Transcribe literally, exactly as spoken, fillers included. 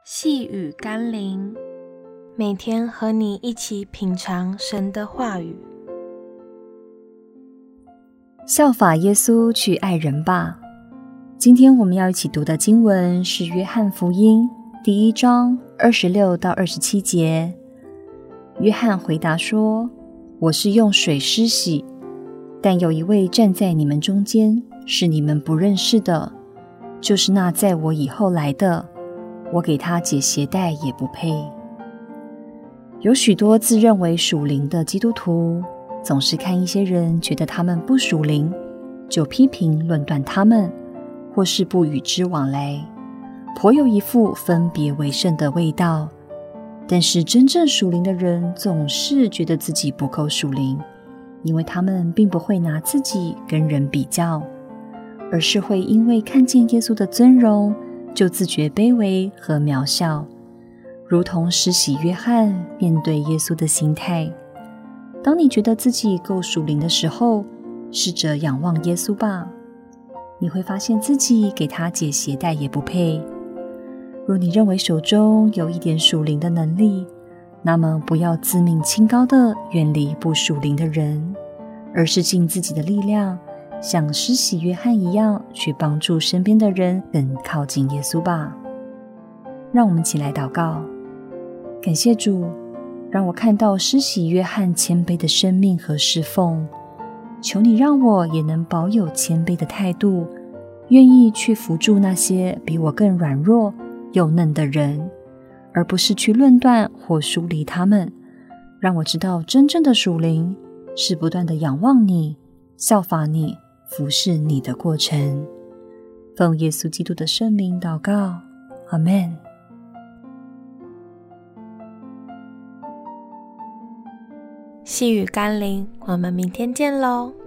细雨甘霖，每天和你一起品尝神的话语。 效法耶稣去爱人吧。今天我们要一起读的经文是约翰福音第一章二十六到二十七节。约翰回答说：我是用水施洗，但有一位站在你们中间，是你们不认识的，就是那在我以后来的，我给他解鞋带也不配。有许多自认为属灵的基督徒，总是看一些人觉得他们不属灵，就批评论断他们，或是不与之往来，颇有一副分别为圣的味道。但是真正属灵的人总是觉得自己不够属灵，因为他们并不会拿自己跟人比较，而是会因为看见耶稣的尊荣，就自觉卑微和渺小，如同施洗约翰面对耶稣的心态。当你觉得自己够属灵的时候，试着仰望耶稣吧，你会发现自己给他解鞋带也不配。若你认为手中有一点属灵的能力，那么不要自命清高的远离不属灵的人，而是尽自己的力量，像施洗约翰一样，去帮助身边的人更靠近耶稣吧。让我们一起来祷告。感谢主，让我看到施洗约翰谦卑的生命和侍奉，求你让我也能保有谦卑的态度，愿意去扶助那些比我更软弱又嫩的人，而不是去论断或疏离他们。让我知道真正的属灵是不断的仰望你，效法你，服侍你的过程。奉耶稣基督的圣名祷告，阿们。 细雨甘霖，我们明天见喽。